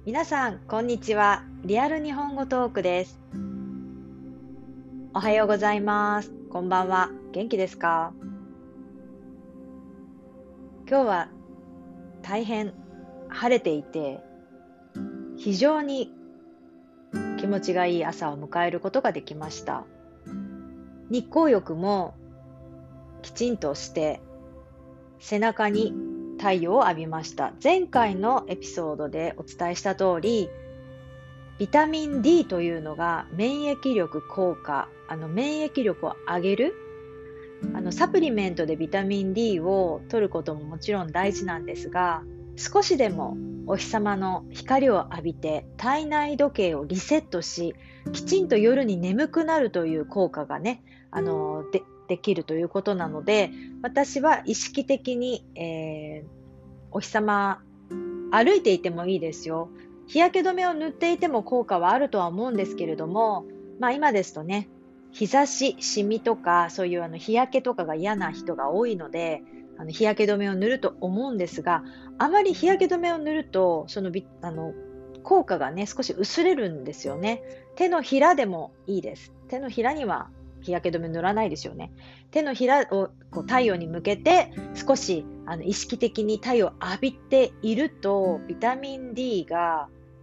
皆さん、こんにちは。リアル日本語トークです。おはようございます。こんばんは。元気ですか？今日は大変晴れていて、非常に気持ちがいい朝を迎えることができました。日光浴もきちんとして、背中に太陽を浴びました。前回のエピソードでお伝えした通り、ビタミン D というのが免疫力効果、免疫力を上げる、サプリメントでビタミン D を取ることももちろん大事なんですが、少しでもお日様の光を浴びて体内時計をリセットし、きちんと夜に眠くなるという効果がね、できるということなので、私は意識的に、お日様歩いていてもいいですよ。日焼け止めを塗っていても効果はあるとは思うんですけれども、今ですとね、日差し、シミとか、そういう日焼けとかが嫌な人が多いので、日焼け止めを塗ると思うんですが、あまり日焼け止めを塗ると、効果がね、少し薄れるんですよね。手のひらでもいいです。手のひらには日焼け止め塗らないですよね。手のひらをこう太陽に向けて少し意識的に太陽を浴びていると、ビタミン D が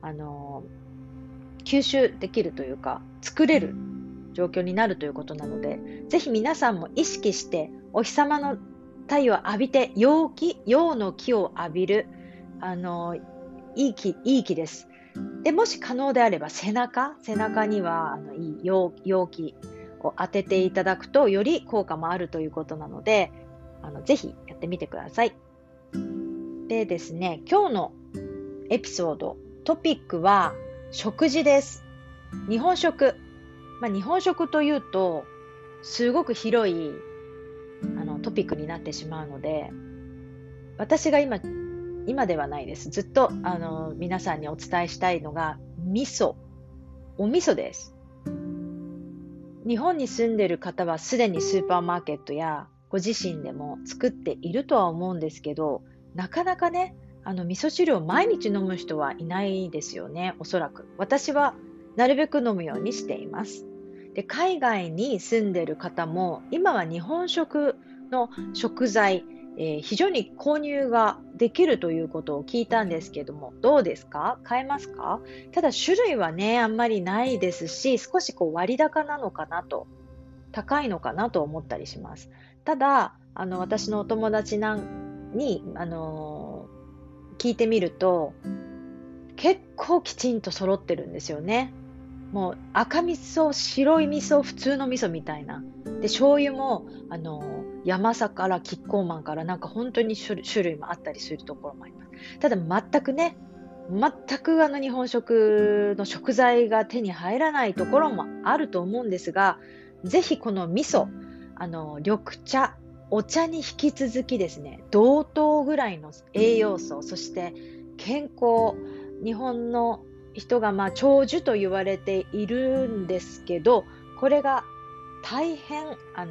吸収できるというか、作れる状況になるということなので、ぜひ皆さんも意識してお日様の太陽を浴びて、陽の気を浴びる、いい気です。で、もし可能であれば背中にはいい陽気を当てていただくと、より効果もあるということなので、ぜひやってみてください。でですね、今日のエピソード、トピックは食事です。日本食。日本食というと、すごく広いトピックになってしまうので、私が今ではないです。ずっと皆さんにお伝えしたいのが、お味噌です。日本に住んでいる方はすでにスーパーマーケットやご自身でも作っているとは思うんですけど、なかなかね、味噌汁を毎日飲む人はいないですよね、おそらく。私はなるべく飲むようにしています。で、海外に住んでいる方も、今は日本食の食材、非常に購入ができるということを聞いたんですけども、どうですか？買えますか？ただ種類はね、あんまりないですし、少し割高なのかなと、高いのかなと思ったりします。ただ、私のお友達に、聞いてみると、結構きちんと揃ってるんですよね。もう赤味噌、白い味噌、普通の味噌みたいな。で、醤油も、山佐からキッコーマンからなんか本当に種類もあったりするところもあります。ただ全く日本食の食材が手に入らないところもあると思うんですが、ぜひこの味噌、緑茶、お茶に引き続きですね、同等ぐらいの栄養素、そして健康、日本の人が長寿と言われているんですけど、これが大変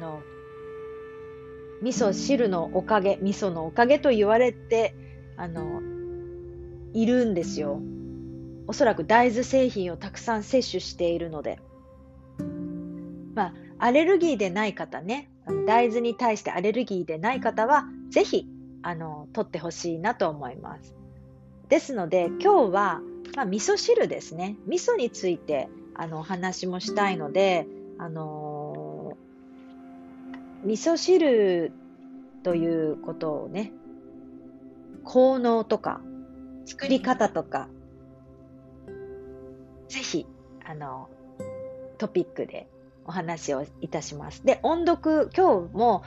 味噌のおかげと言われているんですよ。おそらく大豆製品をたくさん摂取しているので。アレルギーでない方ね、大豆に対してアレルギーでない方は、ぜひ、取ってほしいなと思います。ですので、今日は、味噌汁ですね。味噌について、お話もしたいので、味噌汁ということをね、効能とか、作り方とか、ぜひ、トピックでお話をいたします。で、音読、今日も、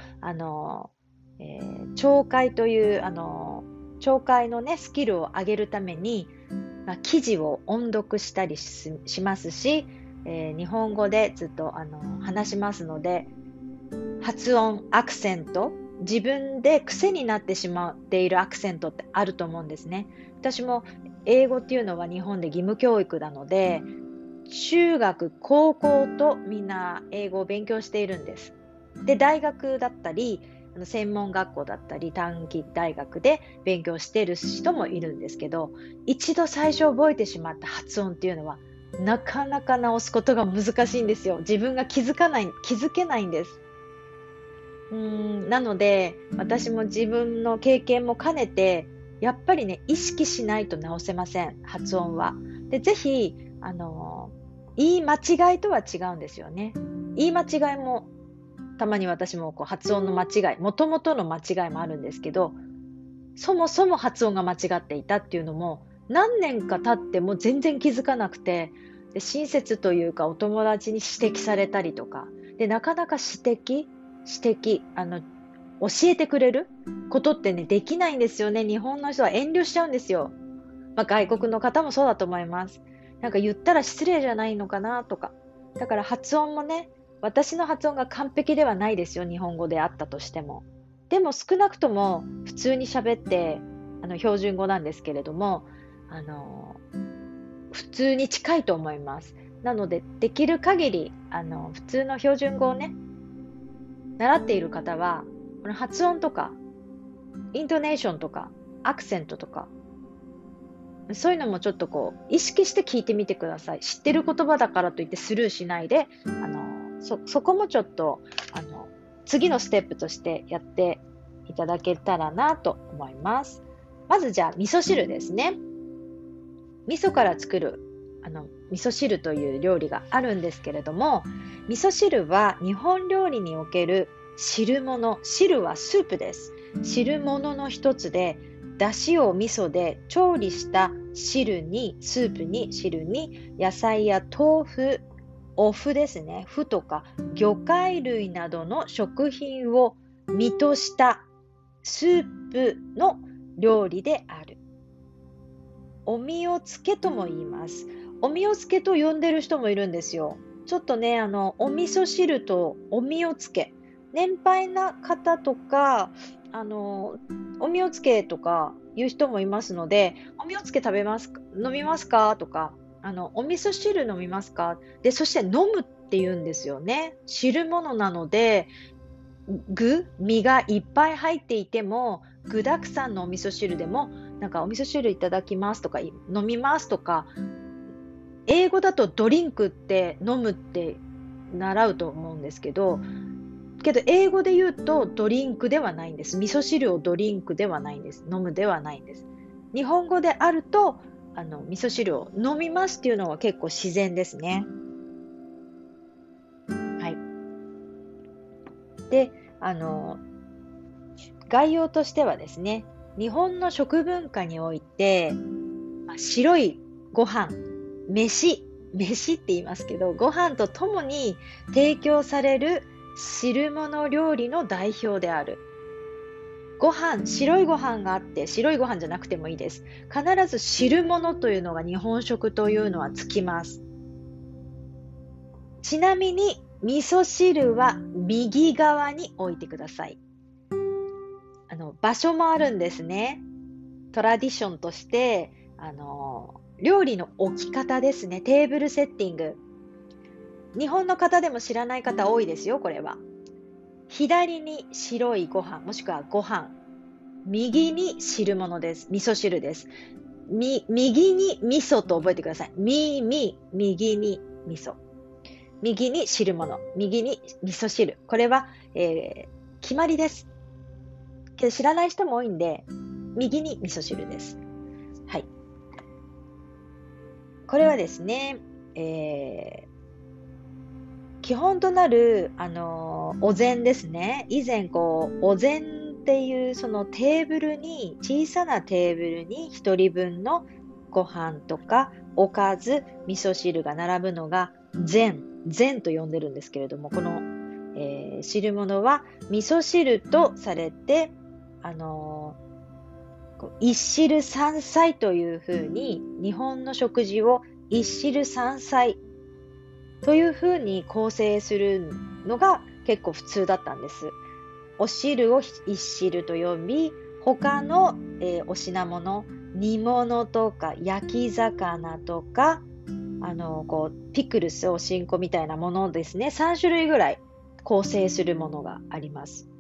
聴解という、聴解のね、スキルを上げるために、記事を音読したりしますし、日本語でずっと話しますので、発音、アクセント、自分で癖になってしまっているアクセントってあると思うんですね。私も英語っていうのは日本で義務教育なので、中学、高校とみんな英語を勉強しているんです。で、大学だったり、 専門学校だったり短期大学で勉強している人もいるんですけど、一度最初覚えてしまった発音っていうのはなかなか直すことが難しいんですよ。自分が気づけないんです。なので、私も自分の経験も兼ねて、やっぱりね、意識しないと直せません、発音は。で、ぜひ、言い間違いとは違うんですよね。言い間違いも、たまに私も発音の間違い、元々の間違いもあるんですけど、そもそも発音が間違っていたっていうのも、何年か経っても全然気づかなくて、で親切というかお友達に指摘されたりとか、で、なかなか教えてくれることってね、できないんですよね。日本の人は遠慮しちゃうんですよ。外国の方もそうだと思います。なんか言ったら失礼じゃないのかなとか。だから発音もね、私の発音が完璧ではないですよ。日本語であったとしても。でも少なくとも普通に喋って、標準語なんですけれども、普通に近いと思います。なので、できる限り、普通の標準語をね、習っている方は、この発音とか、イントネーションとか、アクセントとか、そういうのもちょっと意識して聞いてみてください。知ってる言葉だからといってスルーしないで、そこもちょっと、次のステップとしてやっていただけたらなと思います。まずじゃあ、味噌汁ですね。味噌から作る、味噌汁という料理があるんですけれども、味噌汁は日本料理における汁物、汁はスープです。汁物の一つで、だしを味噌で調理したスープに汁に野菜や豆腐、お麩ですね。麩とか魚介類などの食品を身としたスープの料理である。おみおつけとも言います。おみおつけと呼んでる人もいるんですよ。ちょっとね、お味噌汁とおみおつけ。年配な方とか、おみおつけとかいう人もいますので、おみおつけ飲みますかとか、お味噌汁飲みますかで、そして飲むって言うんですよね。汁物なので、身がいっぱい入っていても、具沢山のお味噌汁でも、なんかお味噌汁いただきますとか、飲みますとか、英語だとドリンクって飲むって習うと思うんですけど、英語で言うとドリンクではないんです。味噌汁をドリンクではないんです。飲むではないんです。日本語であると、味噌汁を飲みますっていうのは結構自然ですね。はい。で、概要としてはですね、日本の食文化において、白いご飯、飯って言いますけど、ご飯とともに提供される汁物料理の代表である。白いご飯があって、白いご飯じゃなくてもいいです。必ず汁物というのが日本食というのはつきます。ちなみに、味噌汁は右側に置いてください。場所もあるんですね。トラディションとして、料理の置き方ですね。テーブルセッティング。日本の方でも知らない方多いですよ、これは。左に白いご飯、もしくはご飯。右に汁物です。味噌汁です。右に味噌と覚えてください。右に味噌。右に汁物。右に味噌汁。これは、決まりです。けど知らない人も多いんで、右に味噌汁です。はい。これはですね、基本となる、お膳ですね。以前、お膳っていうその小さなテーブルに一人分のご飯とかおかず、味噌汁が並ぶのが膳と呼んでるんですけれども、この、汁物は味噌汁とされて、一汁三菜というふうに、日本の食事を一汁三菜というふうに構成するのが結構普通だったんです。お汁を一汁と呼び、他の、お品物、煮物とか焼き魚とか、ピクルス、おしんこみたいなものですね。3種類ぐらい構成するものがあります。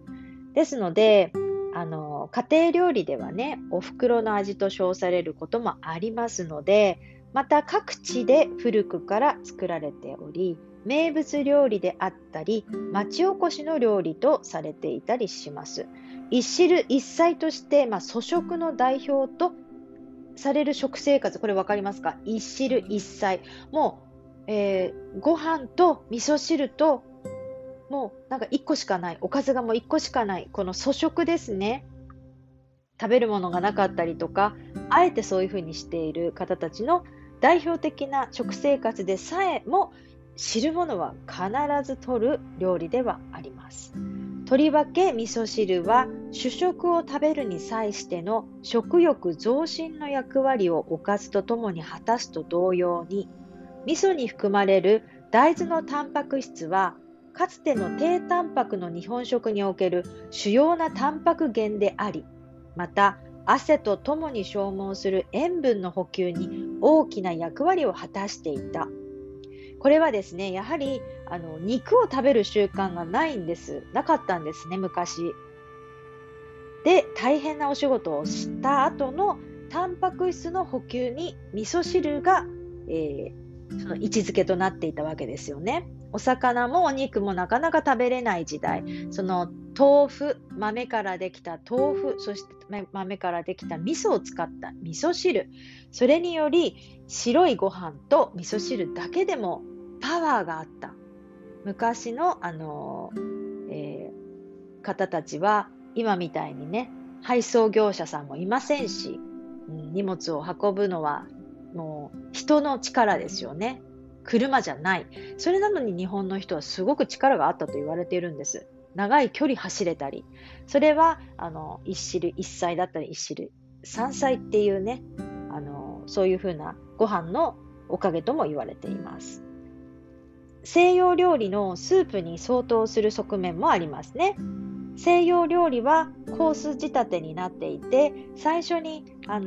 ですので、家庭料理ではね、お袋の味と称されることもありますので、また各地で古くから作られており、名物料理であったり、町おこしの料理とされていたりします。一汁一菜として、粗食の代表とされる食生活、これ分かりますか？一汁一菜。もう、ご飯と味噌汁と、もうなんか1個しかない。おかずがもう1個しかない。この粗食ですね。食べるものがなかったりとか、あえてそういうふうにしている方たちの代表的な食生活でさえも、汁物は必ず取る料理ではあります。とりわけ味噌汁は主食を食べるに際しての食欲増進の役割をおかずとともに果たすと同様に、味噌に含まれる大豆のタンパク質はかつての低タンパクの日本食における主要なタンパク源であり、また汗とともに消耗する塩分の補給に大きな役割を果たしていた。これはですね、やはり肉を食べる習慣がなかったんですね、昔。で、大変なお仕事をした後のタンパク質の補給に味噌汁が、その位置づけとなっていたわけですよね。お魚もお肉もなかなか食べれない時代、その豆からできた豆腐、そして豆からできた味噌を使った味噌汁、それにより白いご飯と味噌汁だけでもパワーがあった。昔の、方たちは今みたいにね、配送業者さんもいませんし、荷物を運ぶのはもう人の力ですよね。車じゃない。それなのに日本の人はすごく力があったと言われているんです。長い距離走れたり。それは、一汁一菜だったり、一汁三菜っていうね、そういうふうなご飯のおかげとも言われています。西洋料理のスープに相当する側面もありますね。西洋料理はコース仕立てになっていて、最初に、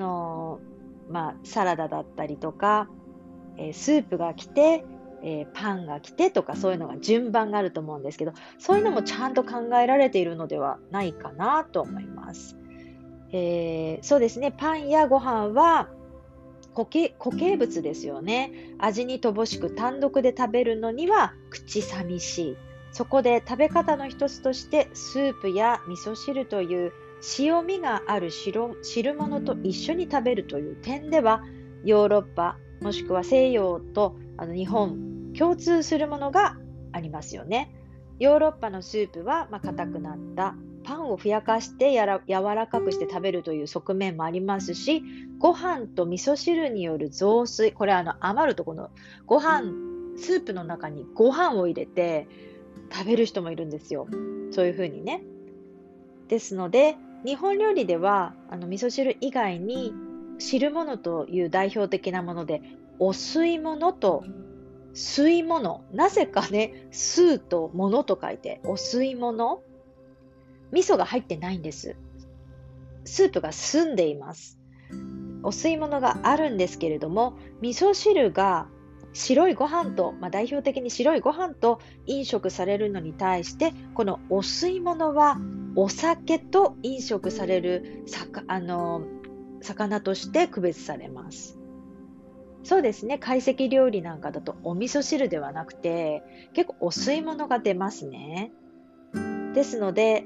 サラダだったりとか、スープが来て、パンが来てとか、そういうのが順番があると思うんですけど、そういうのもちゃんと考えられているのではないかなと思います。そうですね、パンやご飯は固形物ですよね。味に乏しく単独で食べるのには口寂しい。そこで食べ方の一つとしてスープや味噌汁という塩味がある汁物と一緒に食べるという点では、ヨーロッパもしくは西洋と日本共通するものがありますよね。ヨーロッパのスープは硬くなったパンをふやかして柔らかくして食べるという側面もありますし、ご飯と味噌汁による雑炊、これ余るとこのご飯、スープの中にご飯を入れて食べる人もいるんですよ。そういう風にね。ですので、日本料理では味噌汁以外に汁物という代表的なもので、お吸い物と吸い物、なぜかね、吸うと物と書いてお吸い物、味噌が入ってないんです。スープが澄んでいます。お吸い物があるんですけれども、味噌汁が白いご飯と、代表的に白いご飯と飲食されるのに対して、このお吸い物はお酒と飲食される魚として区別されます。そうですね、懐石料理なんかだとお味噌汁ではなくて、結構お吸い物が出ますね。ですので、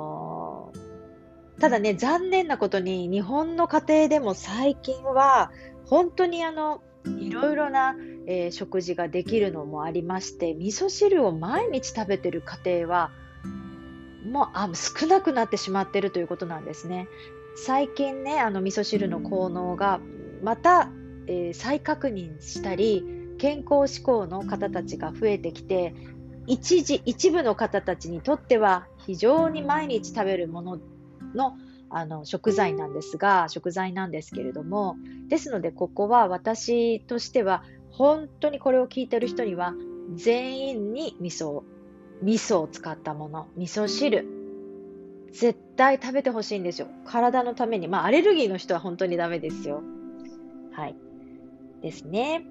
ただね、残念なことに日本の家庭でも最近は本当にいろいろな、食事ができるのもありまして、味噌汁を毎日食べてる家庭はもう少なくなってしまっているということなんですね。最近ね、味噌汁の効能がまた、再確認したり、健康志向の方たちが増えてきて、一部の方たちにとっては非常に毎日食べるものの、食材なんですけれども、ですのでここは私としては本当にこれを聞いてる人には全員に味噌を使ったもの、味噌汁絶対食べてほしいんですよ。体のために。アレルギーの人は本当にダメですよ。はい。ですね。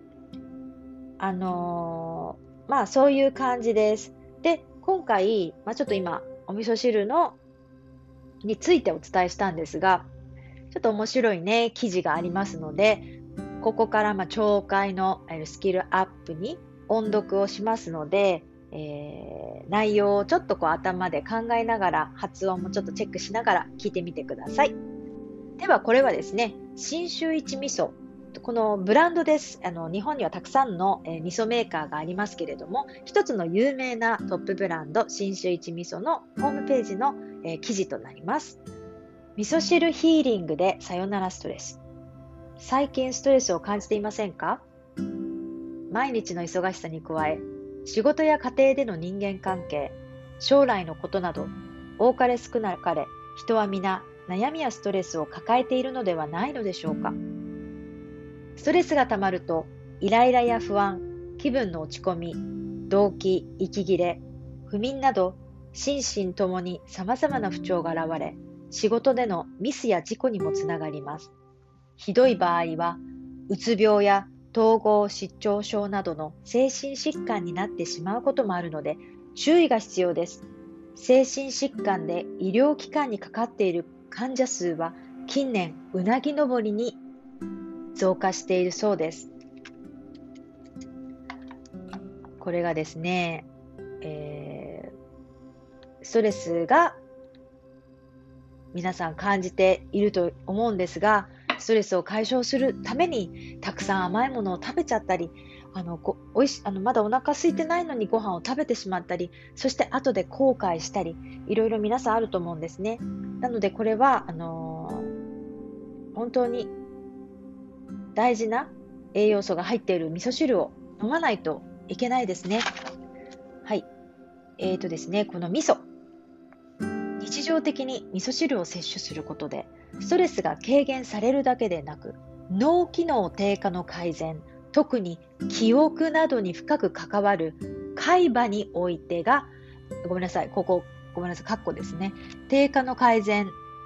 そういう感じです。で、今回、ちょっと今、お味噌汁のについてお伝えしたんですが、ちょっと面白いね、記事がありますので、ここから聴解のスキルアップに音読をしますので、内容をちょっと頭で考えながら、発音もちょっとチェックしながら聞いてみてください。ではこれはですね、信州一味噌。このブランドです。日本にはたくさんの味噌メーカーがありますけれども、一つの有名なトップブランド、信州一味噌のホームページの記事となります。味噌汁ヒーリングでさよならストレス。最近ストレスを感じていませんか？毎日の忙しさに加え、仕事や家庭での人間関係、将来のことなど、多かれ少なかれ、人は皆悩みやストレスを抱えているのではないのでしょうか。ストレスがたまると、イライラや不安、気分の落ち込み、動悸、息切れ、不眠など、心身ともに様々な不調が現れ、仕事でのミスや事故にもつながります。ひどい場合は、うつ病や統合失調症などの精神疾患になってしまうこともあるので、注意が必要です。精神疾患で医療機関にかかっている患者数は近年うなぎ登りに増加しているそうです。これがですね、ストレスが皆さん感じていると思うんですが、ストレスを解消するためにたくさん甘いものを食べちゃったり、まだお腹空いてないのにご飯を食べてしまったり、そして後で後悔したり、いろいろ皆さんあると思うんですね。なのでこれは本当に大事な栄養素が入っている味噌汁を飲まないといけないですね。はい。ですね、この味噌。日常的に味噌汁を摂取することで、ストレスが軽減されるだけでなく、脳機能低下の改善、特に記憶などに深く関わる海馬においてが、ごめんなさい、カッコですね。低下の改善、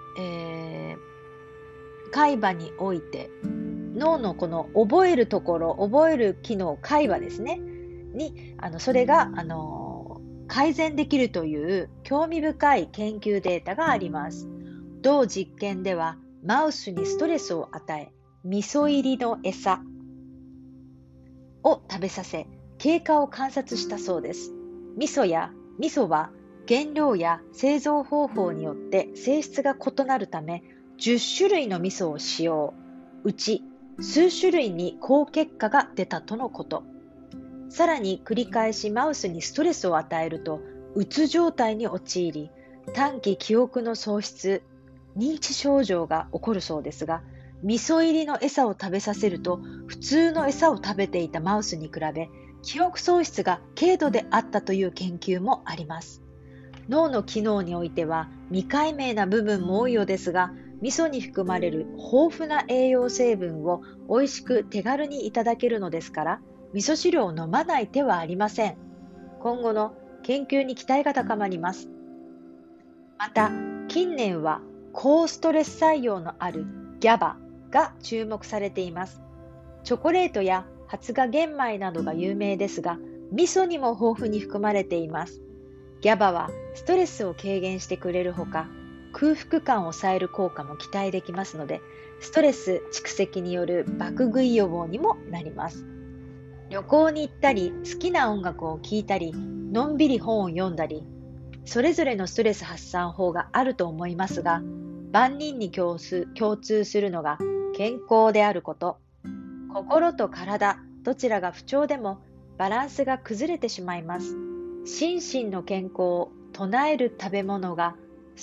海馬において、脳のこの覚えるところ、覚える機能、海馬ですね。それが、改善できるという興味深い研究データがあります。同実験ではマウスにストレスを与え、味噌入りの餌を食べさせ、経過を観察したそうです。味噌は原料や製造方法によって性質が異なるため、10種類の味噌を使用。うち数種類に好結果が出たとのこと。さらに繰り返しマウスにストレスを与えると、うつ状態に陥り、短期記憶の喪失、認知症状が起こるそうですが、味噌入りの餌を食べさせると、普通の餌を食べていたマウスに比べ、記憶喪失が軽度であったという研究もあります。脳の機能においては未解明な部分も多いようですが、味噌に含まれる豊富な栄養成分を美味しく手軽にいただけるのですから、味噌汁を飲まない手はありません。今後の研究に期待が高まります。また、近年は高ストレス作用のある GABA が注目されています。チョコレートや発芽玄米などが有名ですが、味噌にも豊富に含まれています。GABA はストレスを軽減してくれるほか、空腹感を抑える効果も期待できますので、ストレス蓄積による爆食い予防にもなります。旅行に行ったり、好きな音楽を聴いたり、のんびり本を読んだり、それぞれのストレス発散法があると思いますが、万人に共通するのが健康であること。心と体、どちらが不調でもバランスが崩れてしまいます。心身の健康を唱える食べ物が、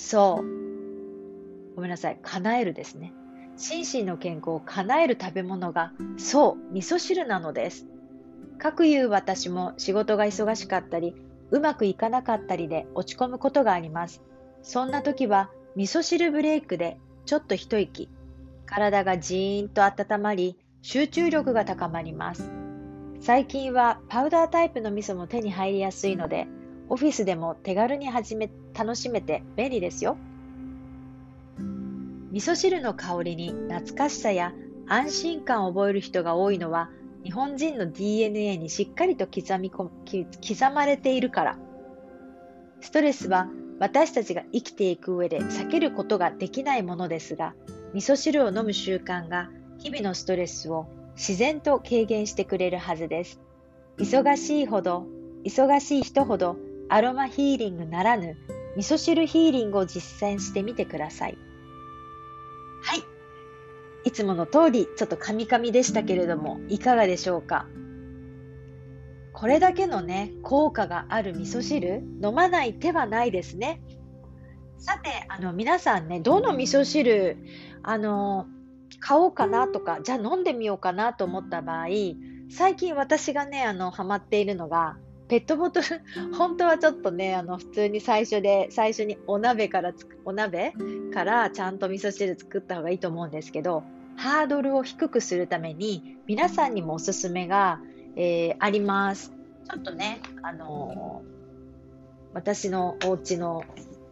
叶えるですね。心身の健康を叶える食べ物が、味噌汁なのです。かくいう私も仕事が忙しかったり、うまくいかなかったりで落ち込むことがあります。そんな時は味噌汁ブレイクでちょっと一息、体がジーンと温まり、集中力が高まります。最近はパウダータイプの味噌も手に入りやすいので、オフィスでも手軽に楽しめて便利ですよ。味噌汁の香りに懐かしさや安心感を覚える人が多いのは、日本人の DNA にしっかりと刻まれているから。ストレスは私たちが生きていく上で避けることができないものですが、味噌汁を飲む習慣が日々のストレスを自然と軽減してくれるはずです。忙しい人ほどアロマヒーリングならぬ味噌汁ヒーリングを実践してみてください。はい。いつもの通りちょっとカミカミでしたけれども、いかがでしょうか。これだけのね、効果がある味噌汁、飲まない手はないですね。さて、皆さんね、どの味噌汁、買おうかなとか、じゃあ飲んでみようかなと思った場合、最近私がね、ハマっているのが、ペットボトル、本当はちょっとね、普通に最初にお鍋からちゃんと味噌汁作った方がいいと思うんですけど、ハードルを低くするために、皆さんにもおすすめが、あります。ちょっとね、私のお家の、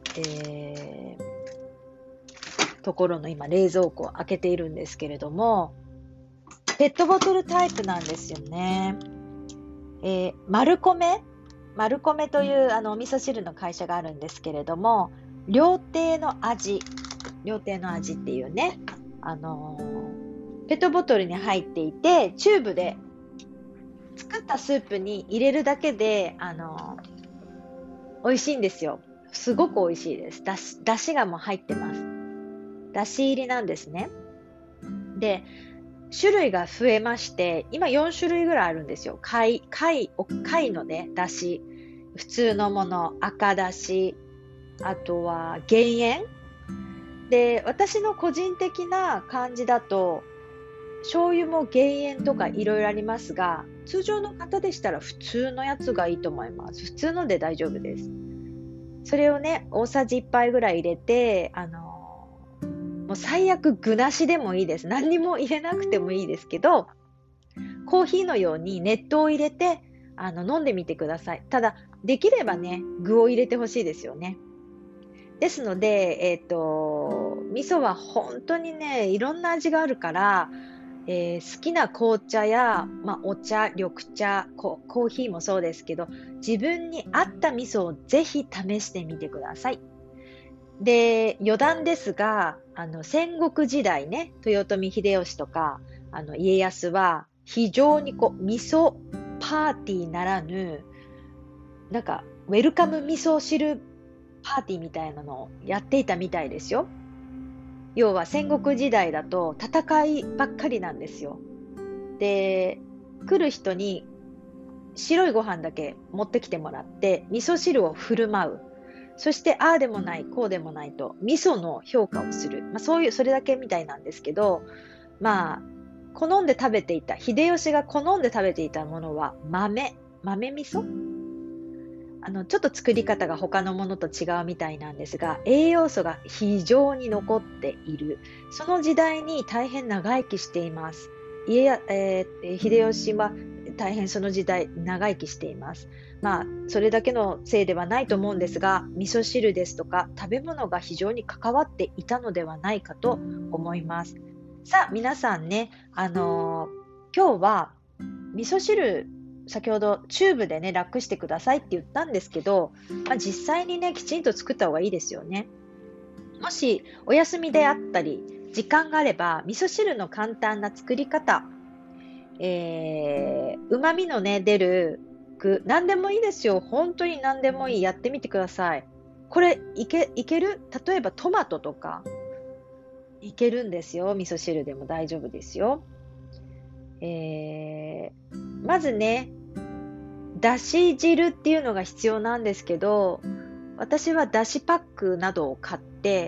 ところの今冷蔵庫を開けているんですけれども、ペットボトルタイプなんですよね。マルコメというお味噌汁の会社があるんですけれども、料亭の味っていうね、ペットボトルに入っていて、チューブで作ったスープに入れるだけで、美味しいんですよ。すごく美味しいです。だしがもう入ってます。だし入りなんですね。で、種類が増えまして、今4種類ぐらいあるんですよ。貝のね、だし。普通のもの、赤だし、あとは減塩。で、私の個人的な感じだと、醤油も減塩とかいろいろありますが、通常の方でしたら普通のやつがいいと思います。普通ので大丈夫です。それをね、大さじ1杯ぐらい入れて、もう最悪具なしでもいいです。何にも入れなくてもいいですけど、コーヒーのように熱湯を入れて飲んでみてください。ただ、できればね、具を入れてほしいですよね。ですので、味噌は本当にね、いろんな味があるから、好きな紅茶や、お茶、緑茶、コーヒーもそうですけど、自分に合った味噌をぜひ試してみてください。で、余談ですが、戦国時代ね、豊臣秀吉とか、家康は、非常に味噌パーティーならぬ、なんか、ウェルカム味噌汁パーティーみたいなのをやっていたみたいですよ。要は戦国時代だと戦いばっかりなんですよ。で、来る人に白いご飯だけ持ってきてもらって、味噌汁を振る舞う。そして、ああでもない、こうでもないと、味噌の評価をする。それだけみたいなんですけど、好んで食べていた、秀吉が好んで食べていたものは豆味噌ちょっと作り方が他のものと違うみたいなんですが、栄養素が非常に残っている。その時代に大変長生きしています。秀吉は大変その時代長生きしています。それだけのせいではないと思うんですが、味噌汁ですとか食べ物が非常に関わっていたのではないかと思います。さあ、皆さんね、今日は味噌汁、先ほどチューブでね、楽してくださいって言ったんですけど、実際にね、きちんと作った方がいいですよね。もしお休みであったり、時間があれば、味噌汁の簡単な作り方、旨味のね、出る具、何でもいいですよ。本当に何でもいい。やってみてください。これ、いける？例えばトマトとか、いけるんですよ。味噌汁でも大丈夫ですよ。まずね、だし汁っていうのが必要なんですけど、私はだしパックなどを買って、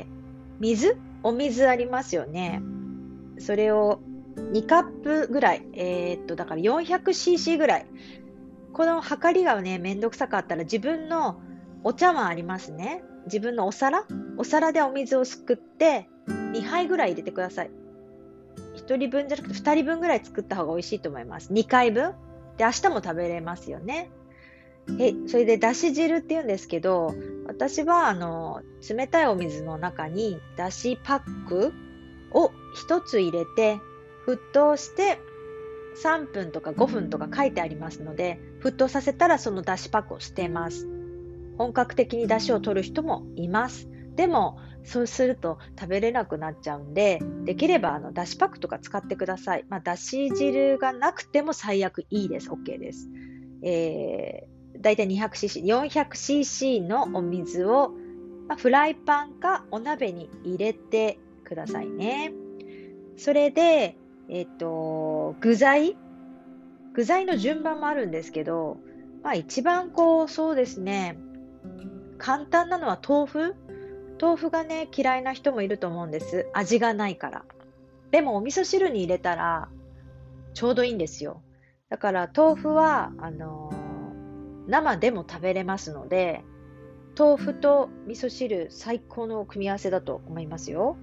お水ありますよね。それを2カップぐらい、だから 400cc ぐらい。この量りがね、めんどくさかったら自分のお茶碗ありますね。自分のお皿でお水をすくって2杯ぐらい入れてください。1人分じゃなくて2人分ぐらい作った方が美味しいと思います。2回分。で、明日も食べれますよね。それでだし汁って言うんですけど、私は冷たいお水の中にだしパックを1つ入れて沸騰して3分とか5分とか書いてありますので、沸騰させたらそのだしパックを捨てます。 本格的に出汁を取る人もいます。でも、そうすると食べれなくなっちゃうんで、できればだしパックとか使ってください。だし汁がなくても最悪いいです。OK です。だいたい 200cc、400cc のお水を、フライパンかお鍋に入れてくださいね。それで、具材の順番もあるんですけど、一番そうですね、簡単なのは豆腐がね、嫌いな人もいると思うんです。味がないから。でもお味噌汁に入れたらちょうどいいんですよ。だから豆腐は、生でも食べれますので、豆腐と味噌汁最高の組み合わせだと思いますよ。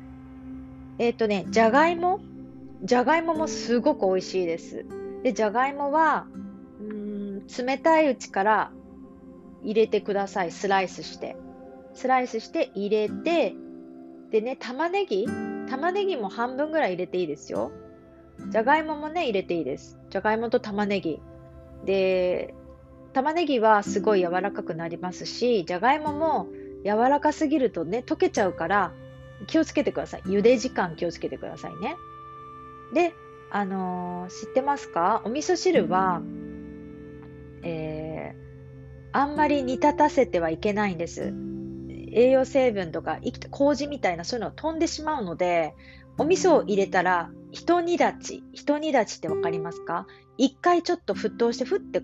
じゃがいももすごく美味しいです。で、じゃがいもは、冷たいうちから入れてください。スライスして。入れて、でね、玉ねぎも半分ぐらい入れていいですよ。じゃがいももね、入れていいです。じゃがいもと玉ねぎ。で、玉ねぎはすごい柔らかくなりますし、じゃがいもも柔らかすぎるとね、溶けちゃうから気をつけてください。茹で時間気をつけてくださいね。で、知ってますか？お味噌汁は、あんまり煮立たせてはいけないんです。栄養成分とか麹みたいなそういうのが飛んでしまうので、お味噌を入れたら一煮立ちってわかりますか？一回ちょっと沸騰してふって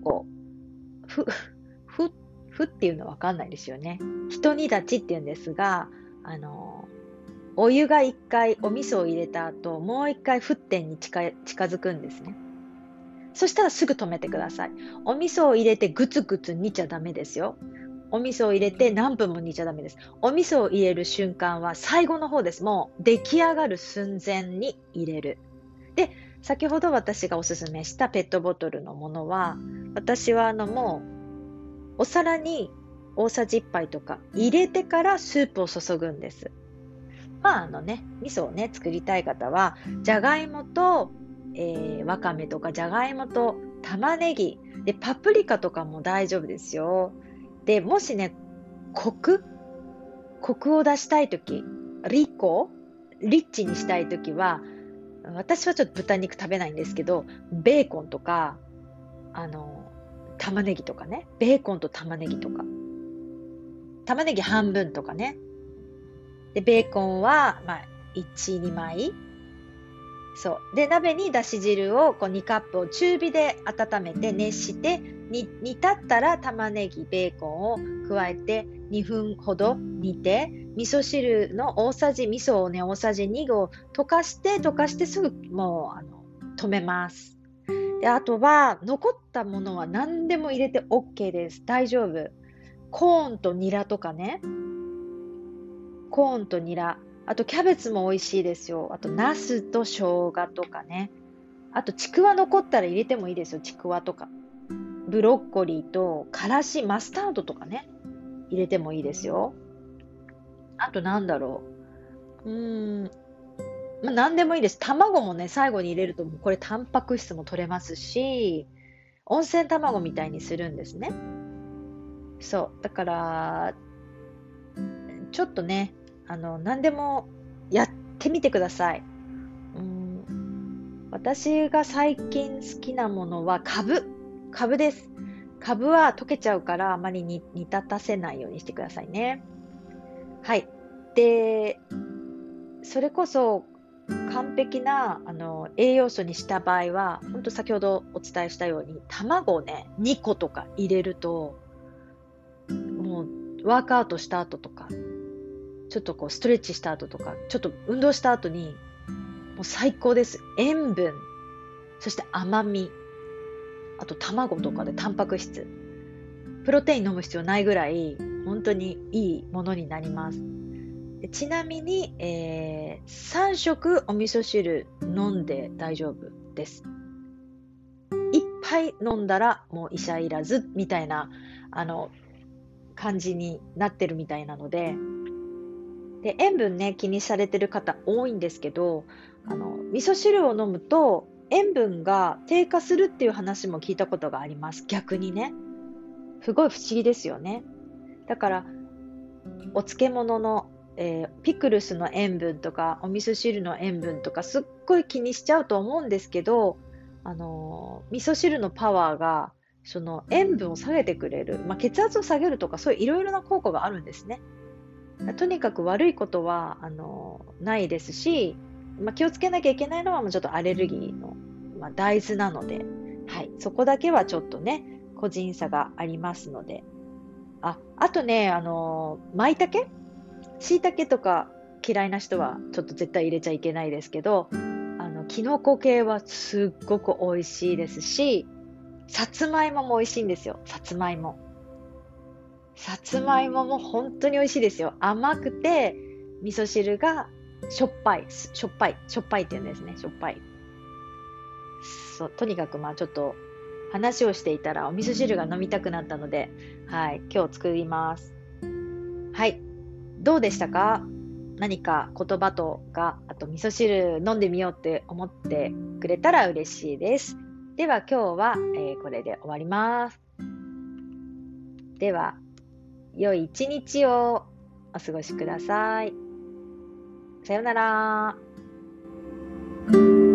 ふっていうのわかんないですよね。一煮立ちっていうんですが、お湯が一回お味噌を入れた後、もう一回沸点に近づくんですね。そしたらすぐ止めてください。お味噌を入れてぐつぐつ煮ちゃダメですよ。お味噌を入れて何分も煮ちゃダメです。お味噌を入れる瞬間は最後の方です。もう出来上がる寸前に入れる。で、先ほど私がおすすめしたペットボトルのものは、私はもうお皿に大さじ1杯とか入れてからスープを注ぐんです。味噌をね、作りたい方は、じゃがいもと、わかめとかじゃがいもと玉ねぎ、で、パプリカとかも大丈夫ですよ。で、もしね、コクを出したいとき、リッチにしたいときは、私はちょっと豚肉食べないんですけど、ベーコンとか、玉ねぎとかね、ベーコンと玉ねぎとか、玉ねぎ半分とかね。で、ベーコンは、1、2枚。そう。で、鍋にだし汁を2カップを中火で温めて熱して、煮立ったら玉ねぎ、ベーコンを加えて2分ほど煮て、味噌汁の味噌をね、大さじ2を溶かしてすぐもう、止めます。で、あとは、残ったものは何でも入れて OK です。大丈夫。コーンとニラとかね。コーンとニラ。あとキャベツも美味しいですよ。あとナスと生姜とかね。あとちくわ残ったら入れてもいいですよ。ちくわとか。ブロッコリーとからし、マスタードとかね。入れてもいいですよ。あとなんだろう。何でもいいです。卵もね、最後に入れるとこれタンパク質も取れますし、温泉卵みたいにするんですね。そう。だから、ちょっとね、何でもやってみてください。私が最近好きなものはカブです。カブは溶けちゃうからあまり煮立たせないようにしてくださいね。はい。で、それこそ完璧な栄養素にした場合は、本当先ほどお伝えしたように、卵をね、2個とか入れると、もうワークアウトした後とか、ちょっとストレッチした後とか、ちょっと運動した後に、もう最高です。塩分、そして甘み、あと卵とかでタンパク質。プロテイン飲む必要ないぐらい、本当にいいものになります。でちなみに、3食お味噌汁飲んで大丈夫です。1杯飲んだらもう医者いらずみたいな、感じになってるみたいなので、塩分ね、気にされてる方多いんですけど、味噌汁を飲むと塩分が低下するっていう話も聞いたことがあります。逆にね。すごい不思議ですよね。 だから、お漬物の、ピクルスの塩分とか、お味噌汁の塩分とか、すっごい気にしちゃうと思うんですけど、味噌汁のパワーが、その塩分を下げてくれる。まあ、血圧を下げるとか、そういういろいろな効果があるんですね。とにかく悪いことは、ないですし、まあ、気をつけなきゃいけないのは、もうちょっとアレルギーの、まあ、大豆なので、はい、そこだけはちょっとね、個人差がありますので。あとね、舞茸椎茸とか嫌いな人はちょっと絶対入れちゃいけないですけど、キノコ系はすっごく美味しいですし、さつまいもも美味しいんですよ。さつまいも。さつまいもも本当に美味しいですよ。甘くて、味噌汁がしょっぱい、しょっぱいって言うんですね。しょっぱい。そう、とにかくまあちょっと話をしていたらお味噌汁が飲みたくなったので、はい、今日作ります。はい。どうでしたか？何か言葉とか、あと味噌汁飲んでみようって思ってくれたら嬉しいです。では今日は、これで終わります。では、良い一日をお過ごしください。さようなら。